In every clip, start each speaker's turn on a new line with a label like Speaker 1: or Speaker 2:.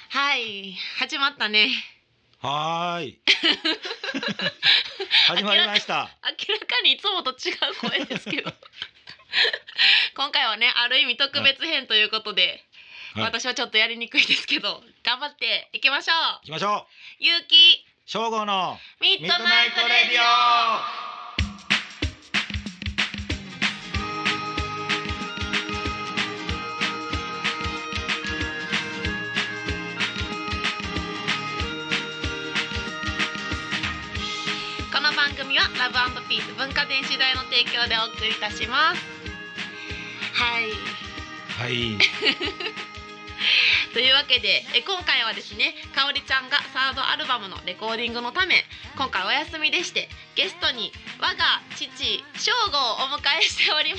Speaker 1: はい、始まったね。
Speaker 2: はーい。始まりました。
Speaker 1: 明らかにいつもと違う声ですけど今回はね、ある意味特別編ということで、
Speaker 2: はい、
Speaker 1: 私はちょっとやりにくいですけど頑張っていきましょう。
Speaker 2: 行きましょう。
Speaker 1: ゆうき
Speaker 2: 正午の
Speaker 1: ミッドナイトレディオ。この番組はラブ&ピース文化電子台の提供でお送りいたします。はい
Speaker 2: はい
Speaker 1: というわけで今回はですね、かおりちゃんがサードアルバムのレコーディングのため今回お休みでして、ゲストに我が父正吾をお迎えしております、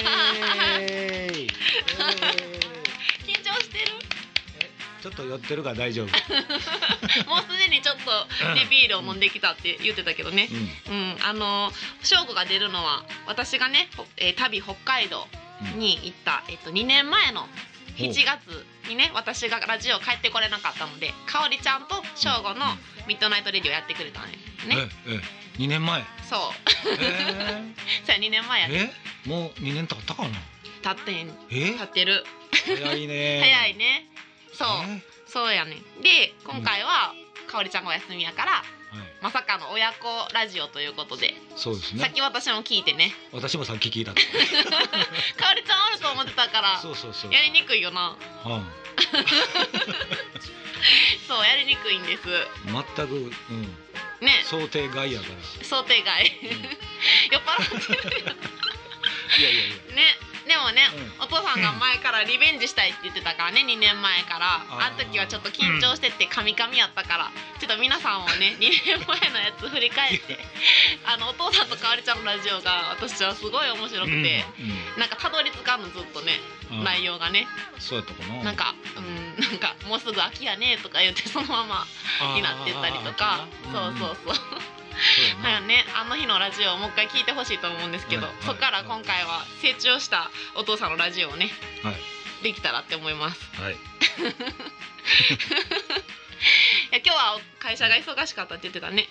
Speaker 1: 緊張してる？
Speaker 2: ちょっと寄ってるから大丈夫
Speaker 1: もうすでにちょっと、ね、ビールを飲んできたって言ってたけどね、正吾が出るのは私がね、旅北海道に行った、2年前の7月にね、私がラジオ帰ってこれなかったので、かおりちゃんと正吾のミッドナイトレディオやってくれたね。
Speaker 2: 2年前。
Speaker 1: そうそう、2年前やね。
Speaker 2: もう2年経ったかな。
Speaker 1: 経ってる。
Speaker 2: 早いね
Speaker 1: 早いね。そうやね。で今回はかおりちゃんがお休みやから、まさかの親子ラジオということで。
Speaker 2: そうですね。
Speaker 1: さっき私も聞いてね。
Speaker 2: 私もさっき聞いた。
Speaker 1: かおりちゃんあると思ってたから。そうやりにくいよな。そうやりにくいんです。
Speaker 2: 全く、
Speaker 1: ね。
Speaker 2: 想定外やから。
Speaker 1: 想定外。酔っ払ってるやん。ね。でもね、お父さんが前からリベンジしたいって言ってたからね、2年前から。あの時はちょっと緊張しててカミカミやったから、ちょっと皆さんをね2年前のやつ振り返ってお父さんとかおりちゃんのラジオが私はすごい面白くて、なんかたどり着かんの、ずっとね、内容がね。
Speaker 2: そうやったかな。
Speaker 1: なんかもうすぐ秋やねとか言ってそのままになってたりとか。そうだよね。あの日のラジオをもう一回聞いてほしいと思うんですけど、そこから今回は成長したお父さんのラジオをね、できたらって思います。いや、今日は会社が忙しかったって言ってたね。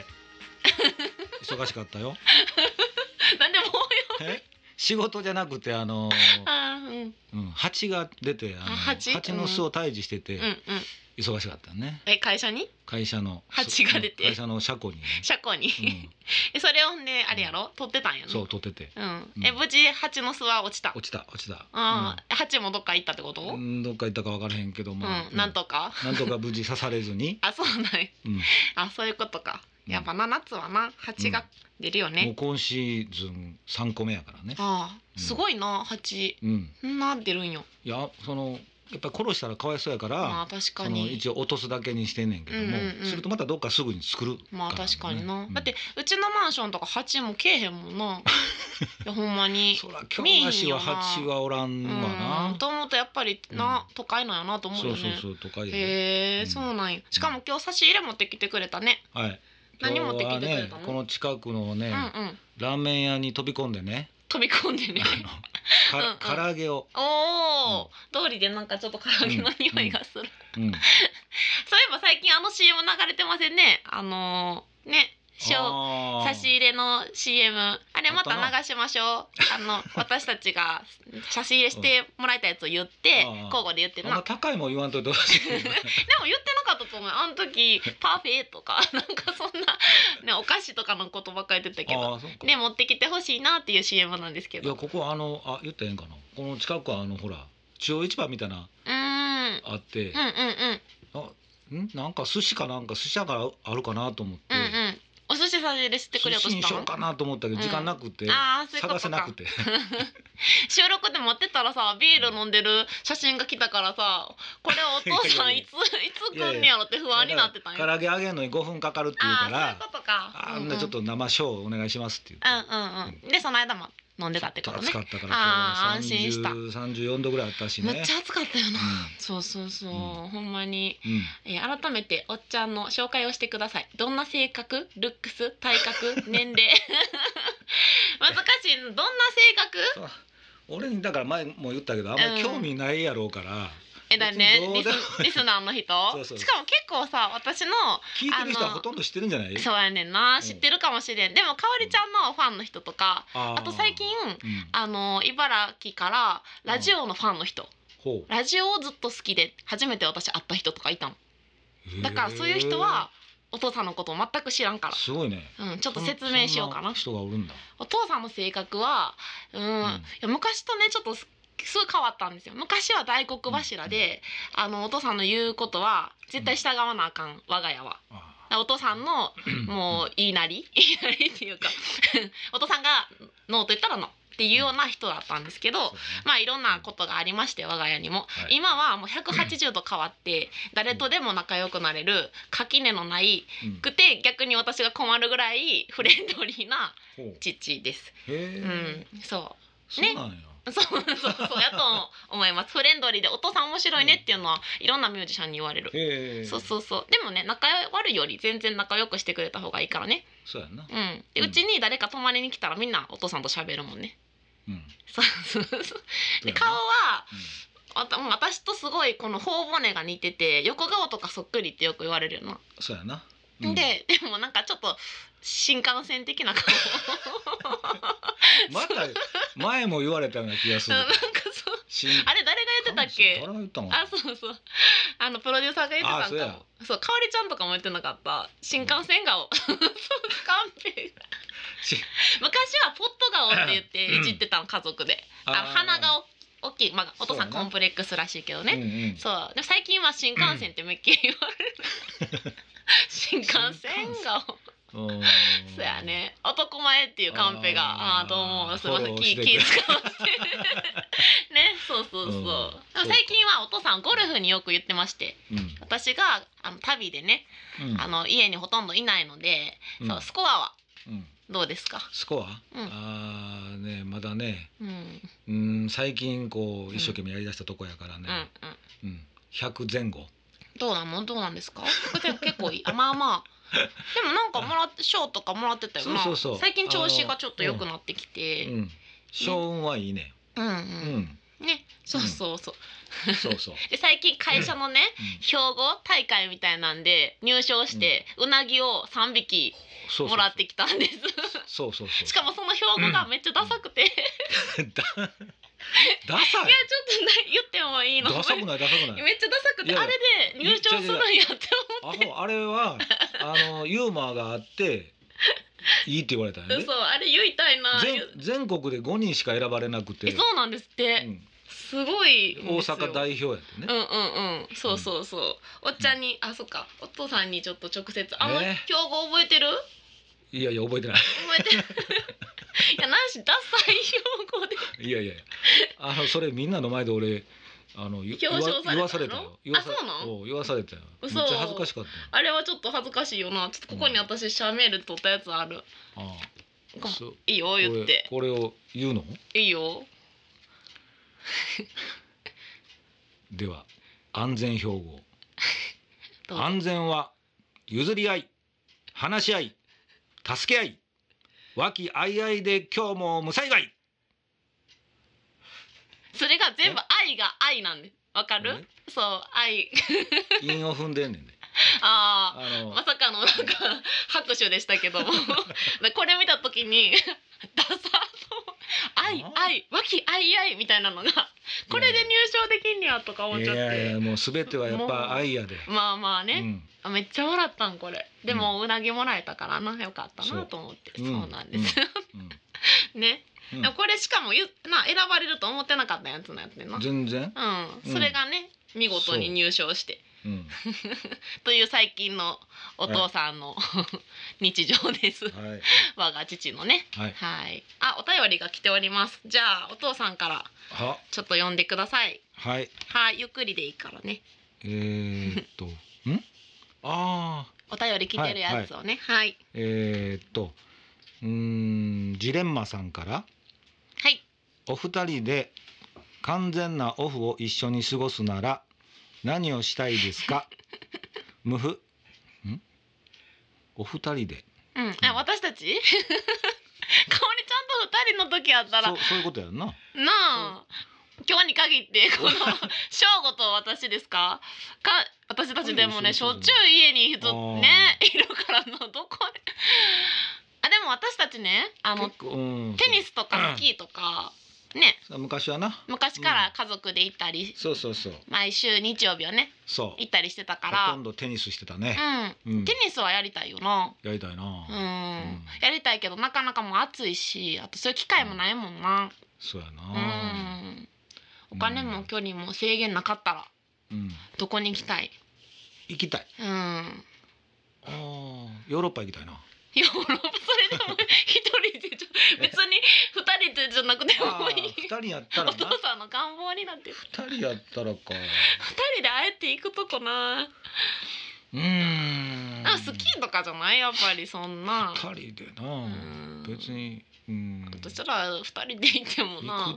Speaker 2: 忙しかったよ。
Speaker 1: なんでも
Speaker 2: 仕事じゃなくて蜂が出て蜂の巣を退治してて忙しかったね。
Speaker 1: 会社の蜂が出て、
Speaker 2: 会社の車庫に
Speaker 1: それをね、あれやろ、取ってたんやね。
Speaker 2: そう、取ってて。
Speaker 1: 無事蜂の巣は落ちた。蜂もどっか行ったってこと？
Speaker 2: どっか行ったか分からへんけども、
Speaker 1: なんとか
Speaker 2: 無事刺されずに。
Speaker 1: そうなんや。そういうことか。やっぱ夏はな、蜂が出るよね。
Speaker 2: もう今シーズン3個目やからね。
Speaker 1: すごいな、蜂。なん出るんよ。
Speaker 2: いや、やっぱり殺したらかわいそうやから、
Speaker 1: 確かに
Speaker 2: 一応落とすだけにしてんねんけども、するとまたどっかすぐに作るからね。
Speaker 1: 確かにな。だってうちのマンションとか蜂もけえへんもんな。いや、ほんまに。
Speaker 2: そら京菓子は蜂はおらんわな。
Speaker 1: と思うとやっぱりな、都会なんやなと思うよね。
Speaker 2: そう都会や。
Speaker 1: へえ、そうなんや。しかも今日差し入れ持ってきてくれたね。何持ってきてくれたの？
Speaker 2: この近くのね、ラーメン屋に飛び込んでね。唐揚げを。
Speaker 1: 通りでなんかちょっと唐揚げの匂いがする。そういえば最近CM 流れてませんね。差し入れの CM、 あれまた流しましょう。私たちが差し入れしてもらえたやつを言って交互で言ってるな。
Speaker 2: 高いもん言わんといてほしい。
Speaker 1: でも言ってなかったと思う。あの時パフェとかなんかそんなね、お菓子とかのことばっかり言ってたけど、で持ってきてほしいなっていう CM なんですけど。
Speaker 2: いや、ここ言ったらええんかな。この近くはほら中央市場みたいなあって、なんか寿司かなんか寿司屋があるかなと思って。
Speaker 1: お寿司差し入れしてくれようとしたの？
Speaker 2: 寿司にしようかなと思ったけど時間なくて探せなくて。
Speaker 1: 収録で待ってたらさ、ビール飲んでる写真が来たからさ、これお父さんいつ来んねやろって不安になってたんよ。
Speaker 2: 唐揚げ揚げるのに5分かかるって言うから、
Speaker 1: そういうことか。
Speaker 2: ちょっと生ショーお願いしますって言って。
Speaker 1: でその間も飲んでたってことね。
Speaker 2: 暑かったから
Speaker 1: 安心した。
Speaker 2: 34度ぐらいあったしね。
Speaker 1: めっちゃ暑かったよな。そう、ほんまに。改めておっちゃんの紹介をしてください。どんな性格、ルックス、体格、年齢。難しい。どんな性格？
Speaker 2: 俺にだから前も言ったけどあんまり興味ないやろうから。
Speaker 1: だね
Speaker 2: どうでも
Speaker 1: リスナーの人
Speaker 2: そうそう
Speaker 1: しかも結構さ私の
Speaker 2: 聞いてる人はほとんど知ってるんじゃない？
Speaker 1: そうやねんな、
Speaker 2: うん
Speaker 1: 知ってるかもしれん。でもかおりちゃんのファンの人とか、
Speaker 2: あ
Speaker 1: あと最近
Speaker 2: うん
Speaker 1: 茨城からラジオのファンの人、
Speaker 2: ほ
Speaker 1: ラジオをずっと好きで初めて私会った人とかいたの。
Speaker 2: う
Speaker 1: だからそういう人はお父さんのことを全く知らんから、
Speaker 2: すごいね。
Speaker 1: ちょっと説明しようかな。
Speaker 2: そんな人がおるんだ。
Speaker 1: お父さんの性格は、いや昔とねちょっとすぐ変わったんですよ。昔は大黒柱で、お父さんの言うことは絶対従わなあかん、我が家は。お父さんのもう言いなりっていうかお父さんがノーと言ったらノーっていうような人だったんですけど、まあいろんなことがありまして我が家にも、今はもう180度変わって誰とでも仲良くなれる垣根のないくて、逆に私が困るぐらいフレンドリーな父です。そう
Speaker 2: ね。
Speaker 1: そうやと思います。フレンドリーでお父さん面白いねっていうのはいろんなミュージシャンに言われる。そうでもね、仲悪いより全然仲良くしてくれた方がいいからね。
Speaker 2: そうやな。
Speaker 1: でうちに誰か泊まりに来たらみんなお父さんと喋るもんね。で顔は、私とすごいこの頬骨が似てて横顔とかそっくりってよく言われるよな。
Speaker 2: そうやな。
Speaker 1: でもなんかちょっと新幹線的な顔
Speaker 2: また前も言われたような気がする。
Speaker 1: なんかそうあれ誰が言ってたっけ？
Speaker 2: 誰が言ったの？
Speaker 1: そうプロデューサーが言ってたんかも。そうかおりちゃんとかも言ってなかった新幹線顔。カンペ昔はポット顔って言っていじってたの家族で。鼻が大きい、お父さんコンプレックスらしいけどね。そうで最近は新幹線ってめっきり言われる。新幹線顔。そうやね、男前っていうカンペがどうもすみません気使わせてね。そう最近はお父さんゴルフによく言ってまして、私が旅でね、家にほとんどいないので、スコアはどうですか？
Speaker 2: スコアねまだね、最近こう一生懸命やりだしたとこやからね、100前後。
Speaker 1: どうなんですか？結構いい。まあまあでもなんか賞とかもらってたよな。最近調子がちょっと良くなってきて、
Speaker 2: 賞運はいいね。
Speaker 1: ね、そうで最近会社のね、兵庫大会みたいなんで入賞してうなぎを3匹もらってきたんです。しかもその標語がめっちゃダサくて
Speaker 2: ダサい。いや
Speaker 1: ちょっと言ってもいいの？
Speaker 2: ダサくない。
Speaker 1: めっちゃダサくて、あれで入賞するんやって思って。
Speaker 2: あれはユーモアがあっていいって言われたよね。
Speaker 1: そうあれ言いたいな。
Speaker 2: 全国で5人しか選ばれなくて。
Speaker 1: そうなんですって。すごい
Speaker 2: 大阪代表やってね。
Speaker 1: そうおっちゃんにそっかお父さんにちょっと直接標語覚えてる？
Speaker 2: いや覚えてない。
Speaker 1: いやなんしダサい標語で。
Speaker 2: いやそれみんなの前で俺言わされたよ。言わされたよ。めっちゃ恥ずかしかった。
Speaker 1: あれはちょっと恥ずかしいよな。ちょっとここに私シャーメールで撮ったやつある。いいよ言って。
Speaker 2: これを言うの？
Speaker 1: いいよ。
Speaker 2: では安全標語。安全は譲り合い、話し合い、助け合い、和気あいあいで今日も無災害。
Speaker 1: それが全部愛が愛なんでわかる？そう愛。
Speaker 2: 韻を踏んでんねんで。
Speaker 1: まさかのなんか拍手でしたけどもこれ見た時にダサ愛和気あいあいみたいなのがこれで入賞できんにゃとか思っちゃって。
Speaker 2: もう全てはやっぱ愛やで。
Speaker 1: まあね、めっちゃ笑ったんこれ。でもうなぎもらえたからな、よかったなと思って。そうなんですね。これしかも選ばれると思ってなかったやつのやつでな。
Speaker 2: 全然。
Speaker 1: それがね見事に入賞して。という最近のお父さんの日常です。我が父のね。お便りが来ております。じゃあお父さんからちょっと読んでください。ゆっくりでいいからね。お便り来てるやつをね。
Speaker 2: ジレンマさんから。お二人で完全なオフを一緒に過ごすなら何をしたいですか？お二人で。
Speaker 1: 私たち？かおりちゃんと二人の時やったら。
Speaker 2: そういうことやんな。
Speaker 1: なあ。 今日に限ってこの正吾と私ですか？私たちでもねしょっちゅう家に人ねいるからのどこででも私たちねテニスとかスキーとかね
Speaker 2: 昔はな
Speaker 1: 昔から家族で行ったり、
Speaker 2: そう
Speaker 1: 毎週日曜日はね行ったりしてたから
Speaker 2: ほとんどテニスしてたね。
Speaker 1: テニスはやりたいよな。
Speaker 2: やりたいな。
Speaker 1: やりたいけどなかなかもう暑いしあとそういう機会もないもんな。
Speaker 2: そうやな。
Speaker 1: お金も距離も制限なかったらどこに行きたい？
Speaker 2: 行きたい。ヨーロッパ行きたいな。
Speaker 1: ヨーロッパそれでも一人で別に二人でじゃなくてもいい。
Speaker 2: 二人やったらな。
Speaker 1: お父さんの願望になってる。
Speaker 2: 二人やったらか。
Speaker 1: 二人であえて行くとこな。スキーとかじゃないやっぱりそんな。
Speaker 2: 二人でな。別に。
Speaker 1: そしたら二人で行ってもな。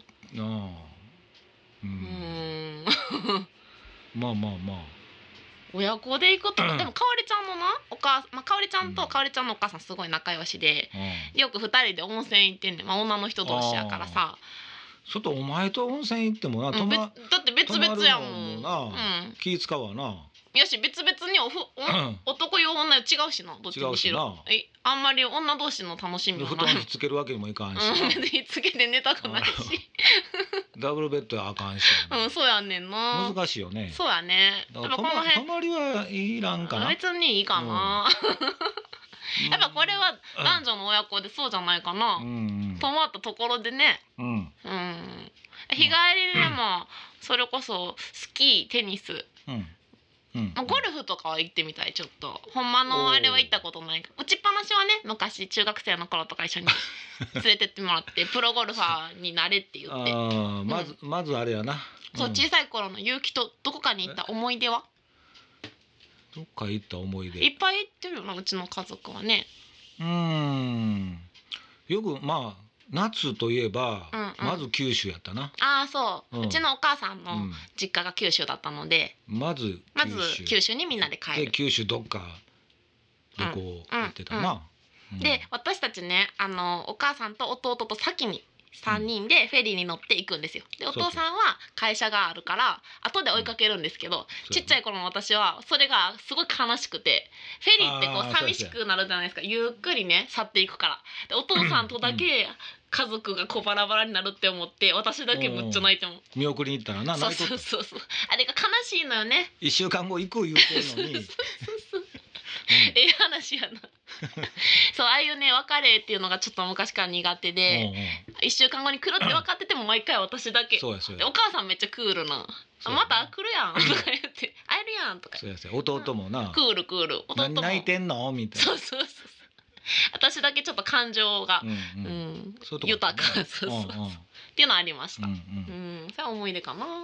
Speaker 2: まあ。
Speaker 1: 親子で行くとか、でもかおりちゃんのなかおりちゃんとかおりちゃんのお母さんすごい仲良しで、よく二人で温泉行ってんねん。女の人同士やからさ。
Speaker 2: ちょっとお前と温泉行ってもな、
Speaker 1: だって別々やもん
Speaker 2: な。気使うわな。
Speaker 1: よし別々に男用女用違うしな、どっちにしろ。あんまり女同士の楽しみはない。
Speaker 2: 布団につけるわけにもいかんし。
Speaker 1: つけて寝たくないし。
Speaker 2: ダブルベッドはあかんし。
Speaker 1: そうやねんな。
Speaker 2: 難しいよね。
Speaker 1: そうやね。
Speaker 2: 泊まりはいらんかな。
Speaker 1: 別にいいかな。やっぱこれは男女の親子でそうじゃないかな。泊まったところでね。日帰りでもそれこそスキーテニス。ゴルフとかは行ってみたい。ちょっとほんまのあれは行ったことない。打ちっぱなしはね昔中学生の頃とか一緒に連れてってもらってプロゴルファーになれって言って
Speaker 2: まずあれやな。
Speaker 1: そう小さい頃の勇気とどこかに行った思い出は？
Speaker 2: どっか行った思い出
Speaker 1: いっぱい行ってるよなうちの家族はね。
Speaker 2: よくまあ夏といえばまず九州やったな。
Speaker 1: うちのお母さんの実家が九州だったので
Speaker 2: まず
Speaker 1: 九州にみんなで帰る。
Speaker 2: 九州どっか旅行行ってたな。
Speaker 1: で私たちねお母さんと弟と先に3人でフェリーに乗って行くんですよ。でお父さんは会社があるから後で追いかけるんですけど、ちっちゃい頃の私はそれがすごい悲しくて、フェリーってこう寂しくなるじゃないですか。ゆっくりね去っていくから。でお父さんとだけ家族がこうバラバラになるって思って私だけむっちゃ泣いても
Speaker 2: 見送りに行ったらな。
Speaker 1: そうあれが悲しいのよね。
Speaker 2: 1週間後行く言うてんのに
Speaker 1: 話やなそうああいうね別れっていうのがちょっと昔から苦手で、1週間後に来るって分かってても毎回私だけ。でお母さんめっちゃクールな「また来るやん」とか言って「会えるやん」とか。
Speaker 2: 弟もな
Speaker 1: クール弟も
Speaker 2: 泣いてんのみたいな。そう
Speaker 1: 私だけちょっと感情が豊かっていうのありました。それは思い出かな。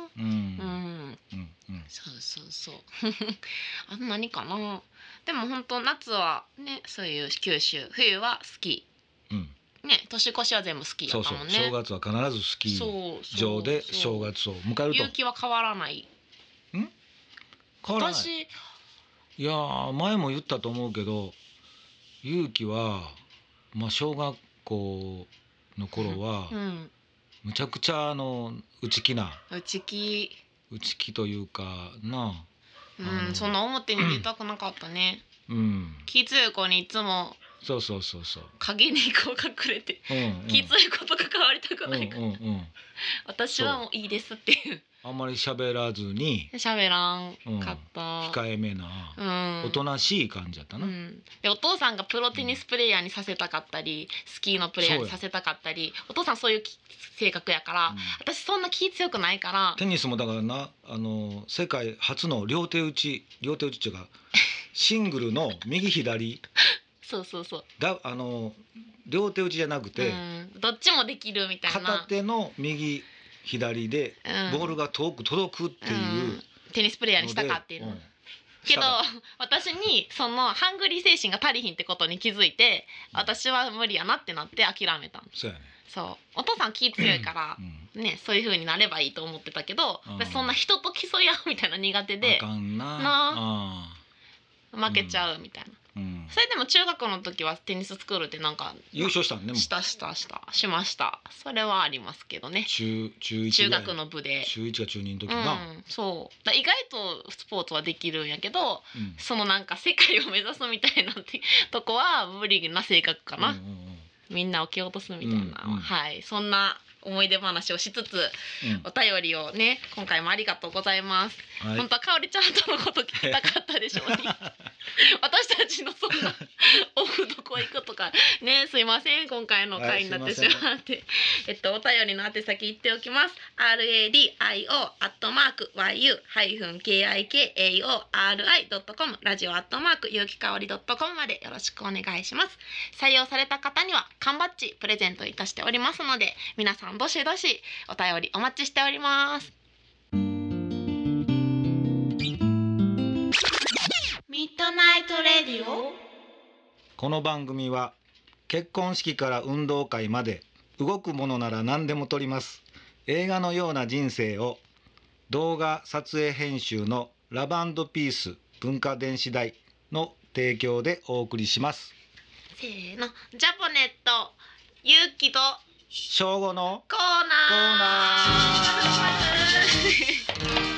Speaker 1: そうあと何かな。でも本当夏はねそういう九州、冬はスキーね、年越しは全部スキーだったもんね。
Speaker 2: 正月は必ずスキー場で正月を迎えると。
Speaker 1: 勇気は変わらない？
Speaker 2: 変わらない。いや前も言ったと思うけど勇気は小学校の頃はむちゃくちゃ内気というかな。そんな表に出たくなかったね。気強い子にいつも影にこう隠れて気強い子と関わりたくないから私はもういいですっていう。 あんまり喋らずに
Speaker 1: 喋らんかった、
Speaker 2: 控えめな、おとなしい感じだったな。
Speaker 1: でお父さんがプロテニスプレーヤーにさせたかったりスキーのプレーヤーにさせたかったり、お父さんそういう性格やから、私そんな気強くないから。
Speaker 2: テニスもだからな世界初の両手打ちっていうかシングルの右左両手打ちじゃなくて、
Speaker 1: どっちもできるみたいな。
Speaker 2: 片手の右左でボールが遠く届くっていう、
Speaker 1: テニスプレーヤーにしたかっていうの。けど私にそのハングリー精神が足りひんってことに気づいて、私は無理やなってなって諦めたの。
Speaker 2: そうやね。
Speaker 1: お父さん気強いからね、そういう風になればいいと思ってたけど、そんな人と競い合うみたいな苦手で、
Speaker 2: あかんな
Speaker 1: 負けちゃうみたいな。 それでも中学の時はテニススクールでなんか
Speaker 2: 優勝したんね。
Speaker 1: しました。それはありますけどね。
Speaker 2: 中
Speaker 1: 学の部で。
Speaker 2: 中1か中2の時な。
Speaker 1: そうだ、意外とスポーツはできるんやけど、そのなんか世界を目指すみたいなってとこは無理な性格かな。みんなを蹴落とすみたいな、はい、そんな思い出話をしつつ、お便りをね今回もありがとうございます、本当はかおりちゃんとのこと聞きたかったでしょうね私たちのそんなオフどこ行くとかね、すいません今回の回になってしまって、お便りの宛先言っておきます。 radio@yu-kikaori.com ラジオゆうきかおり .com までよろしくお願いします。採用された方には缶バッジプレゼントいたしておりますので、皆さんどしどしお便りお待ちしております。ミッドナイトレディオ。
Speaker 2: この番組は結婚式から運動会まで動くものなら何でも撮ります。映画のような人生を動画撮影編集のラブ&ピース文化電子台の提供でお送りします。
Speaker 1: せーの、ジャポネットゆうきと
Speaker 2: 正午の
Speaker 1: コーナー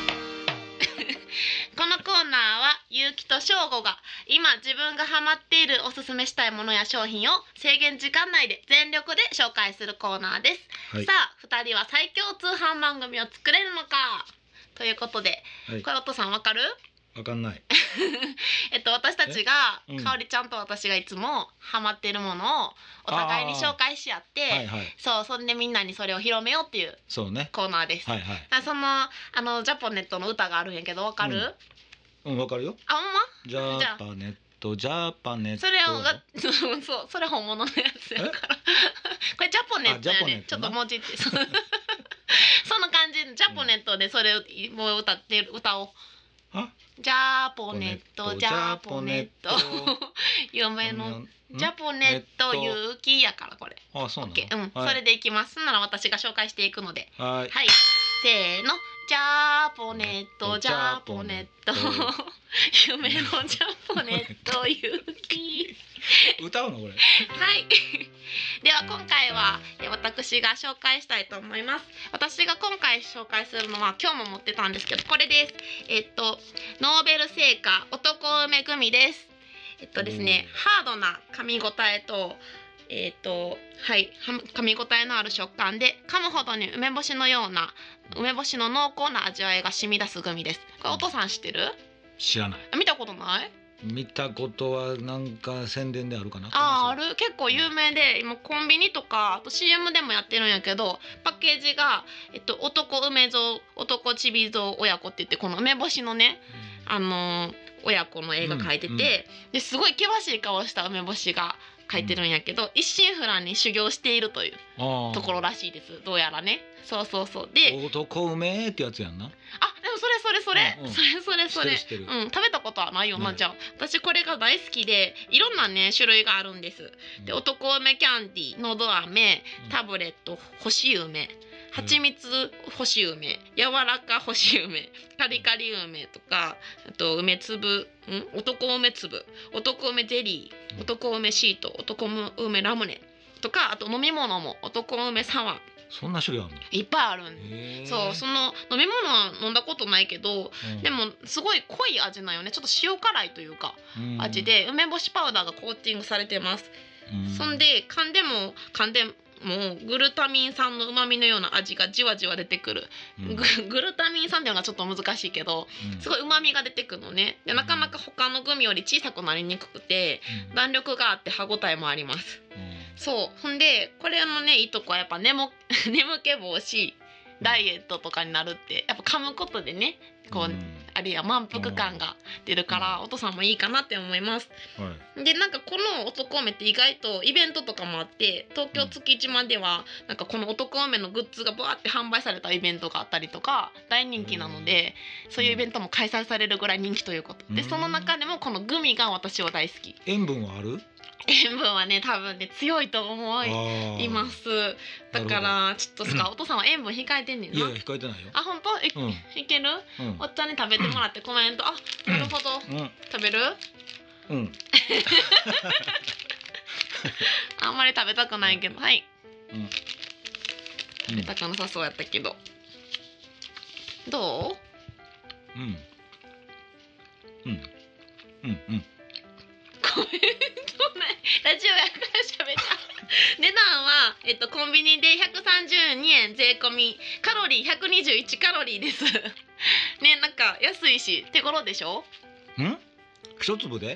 Speaker 1: このコーナーはゆうきとしょうごが今自分がハマっているおすすめしたいものや商品を制限時間内で全力で紹介するコーナーです、さあ2人は最強通販番組を作れるのかということで、これお父さんわかる？
Speaker 2: わかんない。
Speaker 1: 私たちが、かおりちゃんと私がいつもハマっているものをお互いに紹介し合って、そんでみんなにそれを広めようっていうコーナーです。そのジャポネットの歌があるんやけどわかる？
Speaker 2: わかるよ。
Speaker 1: あ、ほんま？
Speaker 2: ジャパネットジャパネット。
Speaker 1: それをそれ本物のやつやからこれジャポネットやね。ちょっと文字ってその感じジャポネットでそれをもう歌おう。ジャポネットジャポネット夢のジャポネット勇気やからこれ。
Speaker 2: あ、そうな
Speaker 1: の。それでいきます。なら私が紹介していくので。
Speaker 2: はい。
Speaker 1: せーの。ジャポネットジャポネット夢のジャポネット勇気
Speaker 2: 歌うのこれ。
Speaker 1: はいでは今回は私が紹介したいと思います。私が今回紹介するのは今日も持ってたんですけどこれです。ノーベル製菓男梅グミです。ですね、ハードな噛み応えと噛み応えのある食感で噛むほどに梅干しのような梅干しの濃厚な味わいが染み出すグミです。これお父さん知ってる？
Speaker 2: 知らない。
Speaker 1: 見たことない？
Speaker 2: 見たことはなんか宣伝であるかな。
Speaker 1: ある。結構有名で今コンビニとかあと CM でもやってるんやけどパッケージが、男梅蔵男ちび蔵親子って言ってこの梅干しのね、親子の絵が描いてて、ですごい険しい顔した梅干しが書いてるんやけど、一心不乱に修行しているというところらしいです。どうやらね。そうで
Speaker 2: 男梅ってやつやんな。
Speaker 1: あ、でもそれ、食べたことはないよな。じゃあ私これが大好きでいろんなね種類があるんです。で男梅キャンディー、のど飴、タブレット、干し梅、蜂蜜干し梅、柔らか干し梅、カリカリ梅とか、あと梅粒、男梅粒、男梅ゼリー、男梅シート、男梅ラムネとか、あと飲み物も男梅サワー。
Speaker 2: そんな種類あるの？
Speaker 1: いっぱいあるん。そう、その飲み物は飲んだことないけど、でもすごい濃い味なんよね。ちょっと塩辛いというか味で梅干しパウダーがコーティングされてます。そんで噛んでもグルタミン酸の旨味のような味がじわじわ出てくる、グルタミン酸っていうのがちょっと難しいけど、すごい旨味が出てくるのね。でなかなか他のグミより小さくなりにくくて、弾力があって歯ごたえもあります。そうほんでこれのねいいとこはやっぱ眠気防止、ダイエットとかになるってやっぱ噛むことでねこう、あるいは満腹感が出るから、お父さんもいいかなって思います。でなんかこの男梅って意外とイベントとかもあって東京月島ではなんかこの男梅のグッズがバーって販売されたイベントがあったりとか大人気なので、そういうイベントも開催されるぐらい人気ということで、その中でもこのグミが私は大好き。
Speaker 2: 塩分はある？
Speaker 1: 塩分はね多分ね強いと思います。だからちょっとお父さんは塩分控えてんねんな。
Speaker 2: いや控えてないよ。
Speaker 1: あ、本当？いける？おっちゃんに食べてもらってコメント。あ、なるほど。食べる？
Speaker 2: うん。
Speaker 1: あんまり食べたくないけど、はい。
Speaker 2: うん。
Speaker 1: 食べたくなさそうやったけど。ど
Speaker 2: う？うん。うん。うんうん。
Speaker 1: コメントない。ラジオやから喋った。値段はコンビニで132円税込み、カロリー121カロリーです。ね、なんか安いし手頃でしょ？
Speaker 2: ん？一粒で？
Speaker 1: 違う。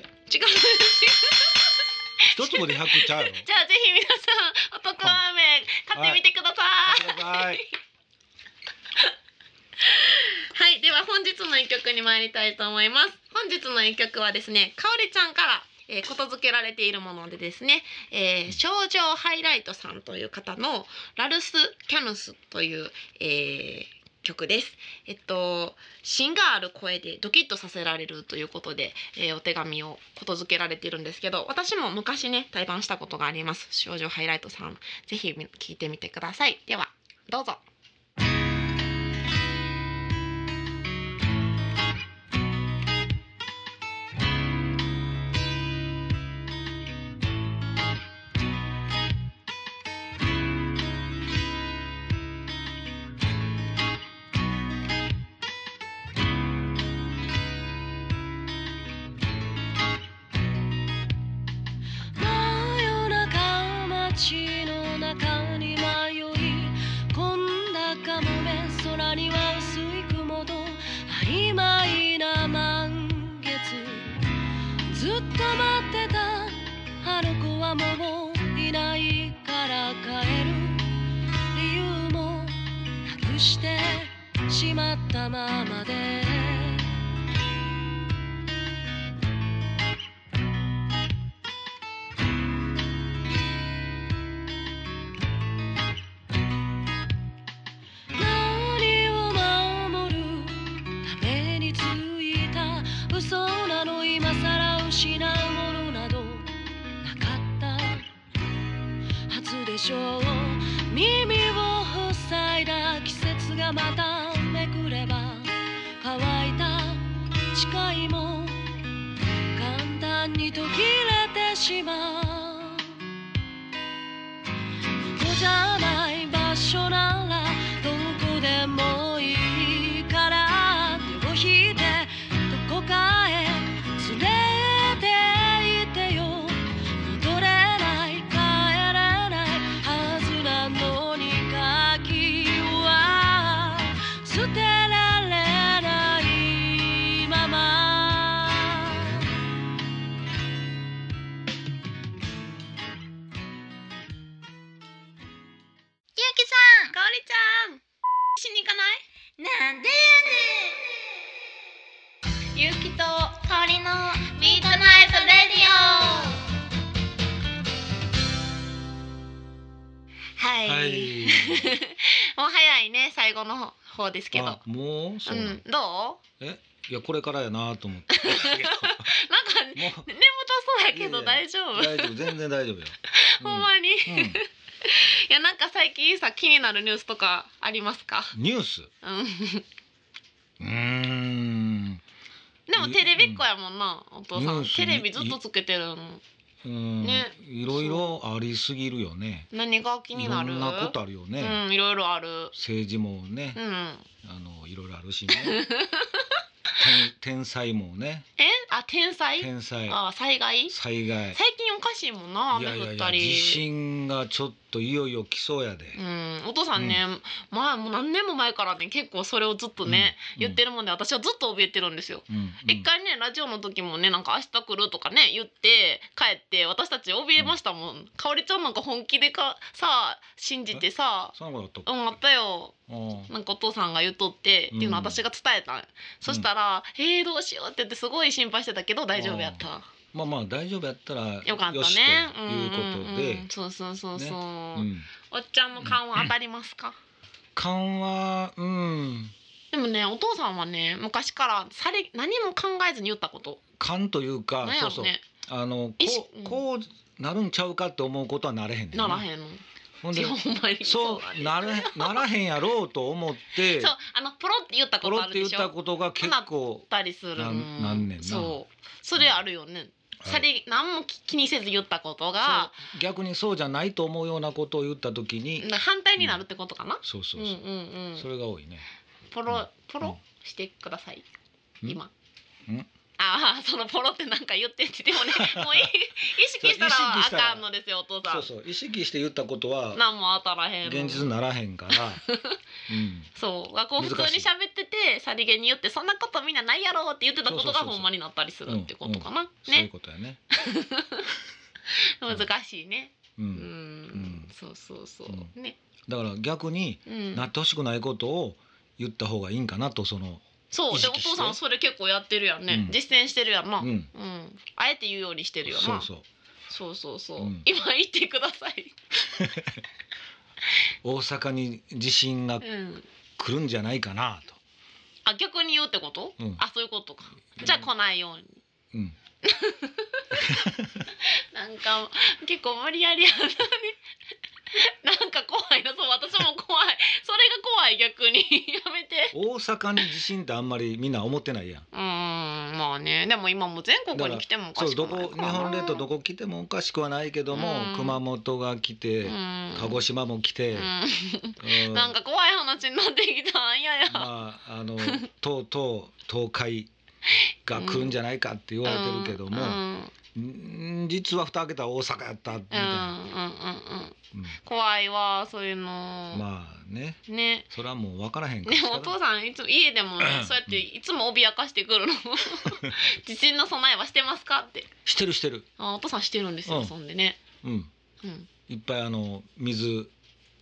Speaker 2: 一粒で100ちゃうよ。
Speaker 1: じゃあぜひ皆さんお得ラーメン買ってみてください。
Speaker 2: はい。
Speaker 1: はい、では本日の一曲に参りたいと思います。本日の一曲はですね、かおりちゃんから、ことづけられているものでですね、少女ハイライトさんという方のラルス・キャヌスという、曲です。芯がある声でドキッとさせられるということで、お手紙をことづけられているんですけど、私も昔ね対バンしたことがあります。少女ハイライトさん、ぜひ聞いてみてください。ではどうぞ。
Speaker 3: 街の中に迷い込んだかもめ、空には薄い雲と曖昧な満月、ずっと待ってたあの子はもういないから帰る理由もなくしてしまったままで、耳を塞いだ季節がまためくれば、乾いた誓いも簡単に途切れてしまう。ここじゃない場所ならどこでもいいから手を引いてどこかへ連れて行ってよ。戻れない帰れないはずなのに鍵は捨てられないまま。
Speaker 1: ゆうきさん、かおりちゃん、しに行かない？なんでやねん。ゆうきとかおりのミートナイトレディオ。はい、はい、もう早いね、最後の方ですけど。
Speaker 2: あ、もうそうなの、
Speaker 1: どう？
Speaker 2: いやこれからやなと思ってなんか
Speaker 1: 眠たそうやけど大丈夫？
Speaker 2: 大丈夫、全然大丈夫よ。
Speaker 1: ほんまに、いやなんか最近さ気になるニュースとかありますか？
Speaker 2: ニュース？
Speaker 1: でもテレビっ子やもんな、お父さん。テレビずっとつけてるの。ね、
Speaker 2: いろいろありすぎるよね。
Speaker 1: 何が気になる？
Speaker 2: いろんなことあるよね。
Speaker 1: いろいろある。
Speaker 2: 政治もね、いろいろあるしね。天災もね。
Speaker 1: 天災？災害？最近おかしいもんな、雨降ったり。
Speaker 2: 地震がちょっといよいよ来そうやで。
Speaker 1: お父さんね、もう何年も前からね結構それをずっとね、言ってるもんで、私はずっと怯えてるんですよ。一回ねラジオの時もね、なんか明日来るとかね言って帰って、私たち怯えましたもん。かおりちゃんなんか本気でさ信じてさ。
Speaker 2: そうなのあったっけ？
Speaker 1: あったよ。なんかお父さんが言っとってっていうのを私が伝えた。そしたらどうしようって言ってすごい心配してたけど大丈夫やった。
Speaker 2: まあ大丈夫やったら
Speaker 1: よかったね。
Speaker 2: よしということで、
Speaker 1: そう、おっちゃんの勘は当たりますか？
Speaker 2: 勘は
Speaker 1: でもね、お父さんはね昔から何も考えずに言ったこと。
Speaker 2: 勘というか、そうこうなるんちゃうかって思うことはなれへんねんな。
Speaker 1: ならへんの。
Speaker 2: ほんでそうならへんやろうと思って
Speaker 1: そうポロって言ったことあるでしょ。
Speaker 2: ポロって言ったことが結構
Speaker 1: なったりする。
Speaker 2: なんねんな。
Speaker 1: それあるよね。 何も気にせず言ったことが
Speaker 2: 逆にそうじゃないと思うようなことを言った時に
Speaker 1: 反対になるってことかな。
Speaker 2: そうそうそう、それが多いね。
Speaker 1: ポロしてください今。そのポロってなんか言ってってでもねもう意識したらあかんのですよお父さん。
Speaker 2: そう意識して言ったことは
Speaker 1: 何も当たらへん
Speaker 2: 現実にならへんから
Speaker 1: そう普通に喋っててさりげに言ってそんなことみんなないやろって言ってたことがほんまになったりするってことかな。ね、
Speaker 2: そういうことやね。
Speaker 1: 難しいね。そうね。
Speaker 2: だから逆になってほしくないことを言った方がいいんかなと
Speaker 1: そうでお父さんそれ結構やってるやんね、実践してるやんな、あえて言うようにしてるよな。そう今言ってください。
Speaker 2: 大阪に地震が来るんじゃないかなと。
Speaker 1: 逆に言うってこと？そういうことか。じゃあ来ないように。なんか結構無理やりやなね。なんか怖いな。そう私も怖い。それが怖い逆にやめて。
Speaker 2: 大阪に地震ってあんまりみんな思ってないやん。
Speaker 1: まあね。でも今も全国に来てもおかしくないかな。
Speaker 2: 日本列島どこ来てもおかしくはないけども、熊本が来て、鹿児島も来て、
Speaker 1: なんか怖い話になってきたんや。
Speaker 2: まあ東海が来るんじゃないかって言われてるけども、実は蓋開けたら大阪やったみたいな。
Speaker 1: 怖いわそういうの。
Speaker 2: まあね。それはもう分からへんから。
Speaker 1: でもお父さんいつも家でもそうやっていつも脅かしてくるの。地震の備えはしてますかって。
Speaker 2: してる。
Speaker 1: お父さんしてるんですよ。そんでね。い
Speaker 2: っぱい水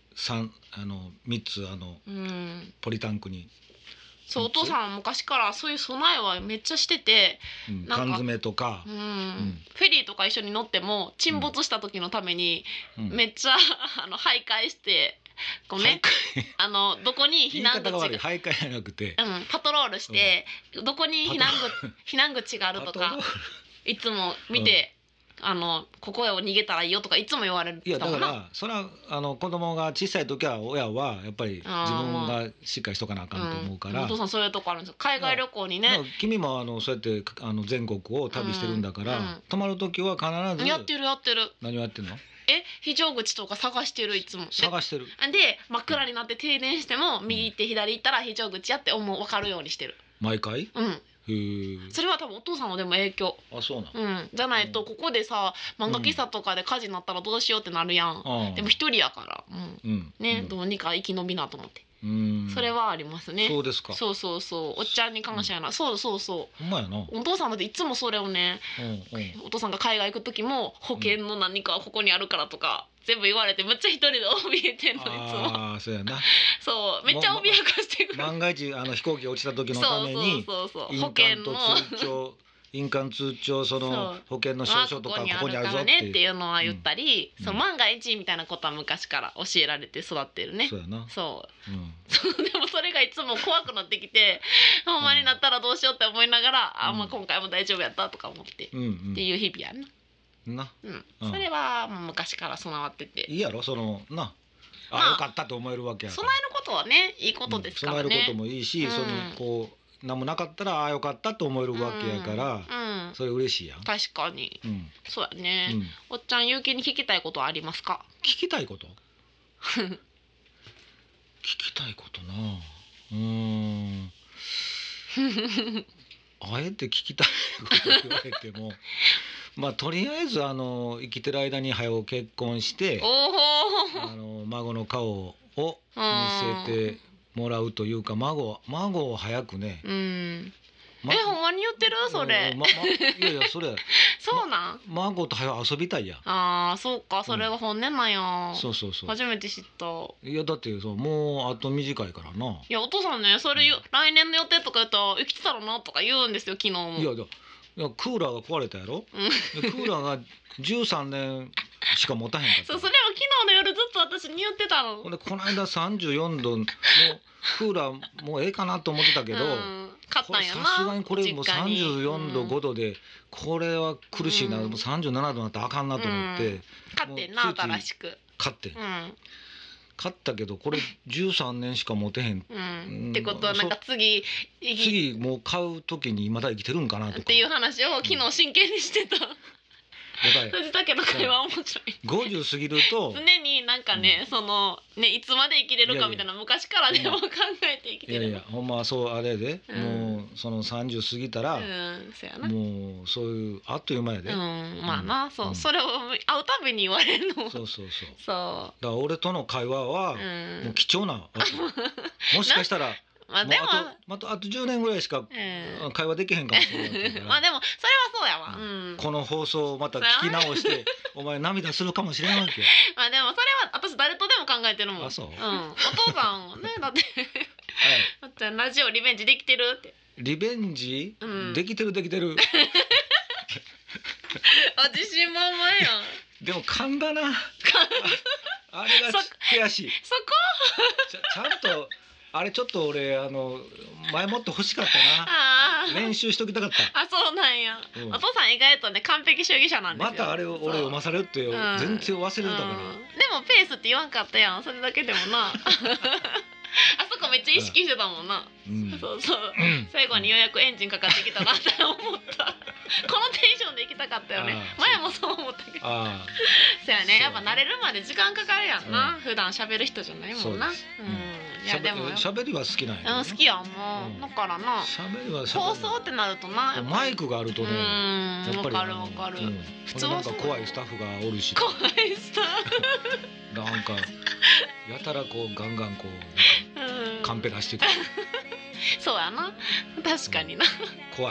Speaker 2: 3つポリタンクに。
Speaker 1: そうお父さん昔からそういう備えはめっちゃしてて、
Speaker 2: 缶詰とか、
Speaker 1: フェリーとか一緒に乗っても沈没した時のためにめっちゃ徘徊してこうねどこに避難口が
Speaker 2: 徘徊じゃなくて
Speaker 1: パトロールしてどこに避難口があるとかいつも見て。ここへ逃げたらいいよとかいつも言われる。
Speaker 2: いやだからそれは子供が小さい時は親はやっぱり自分がしっかりしとかなあかんと思うから。
Speaker 1: お父さんそういうとこあるんですよ。海外旅行にね。
Speaker 2: 君もそうやって全国を旅してるんだから泊まる時は必ず
Speaker 1: やってる。
Speaker 2: 何をやってるの？
Speaker 1: 非常口とか探してるいつも。
Speaker 2: 探してる。
Speaker 1: で真っ暗になって停電しても右行って左行ったら非常口やって分かるようにしてる。
Speaker 2: 毎回？
Speaker 1: それは多分お父さんのでも影響。
Speaker 2: そうなの。
Speaker 1: じゃないとここでさ漫画喫茶とかで火事になったらどうしようってなるやん。でも一人やからねどうにか生き延びなと思って。それはありますね。
Speaker 2: そうですか。
Speaker 1: そうおっちゃんに感謝やな。そうほ
Speaker 2: んまやな。
Speaker 1: お父さんだっていつもそれをねお父さんが海外行く時も保険の何かここにあるからとか全部言われてむっちゃ一人で怯えてんのいつも。
Speaker 2: そうやな。
Speaker 1: そうめっちゃ脅かしてくる。
Speaker 2: 万が一飛行機が落ちた時のために
Speaker 1: 保険の
Speaker 2: 印鑑通帳保険の証書とかここにあるぞ
Speaker 1: っていうのは言ったり、万が一みたいなことは昔から教えられて育ってるね。
Speaker 2: そうやな。
Speaker 1: でもそれがいつも怖くなってきてほんまになったらどうしようって思いながら今回も大丈夫やったとか思ってっていう日々やな。それはもう昔から備わってて
Speaker 2: いいやろよかったと思えるわけやから。
Speaker 1: 備えることはねいいことですからね。
Speaker 2: 備えることもいいし何もなかったらよかったと思えるわけやからそれ嬉しいやん。
Speaker 1: 確かにそうやね。おっちゃんゆうきに聞きたいことはありますか？
Speaker 2: 聞きたいこと聞きたいことなあえて聞きたいこと言われてもとりあえず生きてる間に早う結婚して孫の顔を見せてもらうというか孫を早くね。ほんまに言ってるそれ。いやそれ
Speaker 1: そうなん
Speaker 2: 孫と早う遊びたいやん。
Speaker 1: そうかそれが本音なんや。
Speaker 2: そう
Speaker 1: 初めて知った。
Speaker 2: いやだってもうあと短いからな。
Speaker 1: いやお父さんねそれ来年の予定とか言ったら生きてたらなとか言うんですよ昨日も。
Speaker 2: いやクーラーが壊れたやろ。クーラーが13年しか持たへんかった。
Speaker 1: それも昨日の夜ずっと私に言ってたの。
Speaker 2: この間34度のクーラーもうええかなと思ってたけど
Speaker 1: 買ったんやな。
Speaker 2: さすがにこれもう34度5度でこれは苦しいな、もう37度になったらあかんなと思って
Speaker 1: 買ってんな新しく
Speaker 2: 買買ったけどこれ13年しか持てへん、
Speaker 1: ってことはなんか次
Speaker 2: もう買う時にまだ生きてるんかなとか
Speaker 1: っていう話を昨日真剣にしてた。 藤竹の会話面白い。
Speaker 2: 50過ぎると
Speaker 1: 常になんかね、そのねいつまで生きれるかみたいな昔からでも考えて生きてる。
Speaker 2: いやほんまそうあれで、もうその30過ぎたら、
Speaker 1: そうやな。
Speaker 2: もうそういうあっという間やで。
Speaker 1: まあな、そう、それを会うたびに言われるの。
Speaker 2: そう
Speaker 1: そう。
Speaker 2: だから俺との会話はもう貴重な。もしかしたら。
Speaker 1: まあでも
Speaker 2: あと10年ぐらいしか会話できへんかもしれないから。
Speaker 1: まあでもそれはそうやわ。
Speaker 2: この放送をまた聞き直してお前涙するかもしれんわけ。
Speaker 1: まあでもそれは私誰とでも考えてるもん。
Speaker 2: あ、そう。
Speaker 1: お父さんはねだってだってラジオリベンジできてるって。
Speaker 2: リベンジできてる。
Speaker 1: あ、自信満々やん。
Speaker 2: でも噛んだな。あれが悔しい。
Speaker 1: そこ
Speaker 2: ちゃんとあれちょっと俺前もって欲しかったな。練習しときたかった。
Speaker 1: あ、そうなんや。お父さん意外とね完璧主義者なんですよ。
Speaker 2: またあれを俺読まされるって全然忘れてたから。で
Speaker 1: もペースって言わんかったやん。それだけでもな。あそこめっちゃ意識してたもんな。そう最後にようやくエンジンかかってきたなって思った。このテンションで行きたかったよね。前もそう思ったけど。そうやね。やっぱ慣れるまで時間かかるやんな。普段喋る人じゃないもんな。いやでも
Speaker 2: 喋りは好きなんや。
Speaker 1: 好きやもう。だからな。放送ってなるとな。
Speaker 2: マイクがあるとね。
Speaker 1: わかるわかる。
Speaker 2: 普通なんか怖いスタッフがおるし。
Speaker 1: 怖いスタッフ。
Speaker 2: なんかやたらこうガンガンこうカンペ出してくる。
Speaker 1: そうやな。確かにな。
Speaker 2: 怖い。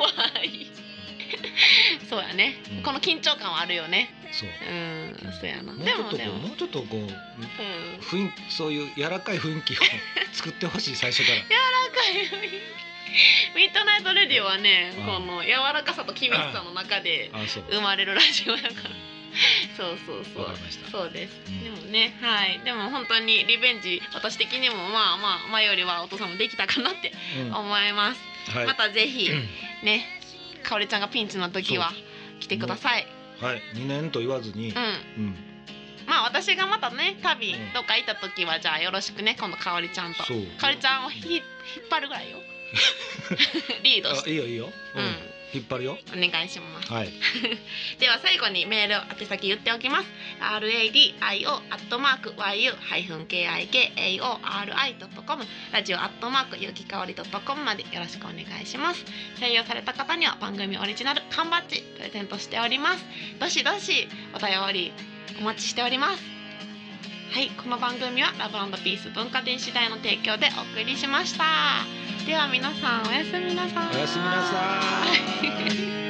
Speaker 1: そうやね。この緊張感はあるよね。そうやな。でも
Speaker 2: もうちょっとこうそういう柔らかい雰囲気を作ってほしい最初から。柔ら
Speaker 1: かい雰囲気。ミッドナイトレディオはね、この柔らかさと厳しさの中で生まれるラジオやから。そうそうです。でもね、はい。でも本当にリベンジ私的にもまあ前よりはお父さんもできたかなって思います。またぜひね、かおりちゃんがピンチの時は来てください。
Speaker 2: はい、2年と言わずに。
Speaker 1: まあ私がまたね旅どっか行った時はじゃあよろしくね、今度かおりちゃんと。かおりちゃんを引っ張るぐらいよ。リードして。
Speaker 2: いいよ。引っ張るよ。
Speaker 1: お願いします。では最後にメール宛先言っておきます。radio@yu-kikaori.com ラジオゆきかおり.com までよろしくお願いします。採用された方には番組オリジナル缶バッジプレゼントしております。どしどしお便りお待ちしております。はい、この番組はラブ&ピース文化電子台の提供でお送りしました。では皆さんおやすみなさい。
Speaker 2: おやすみなさい。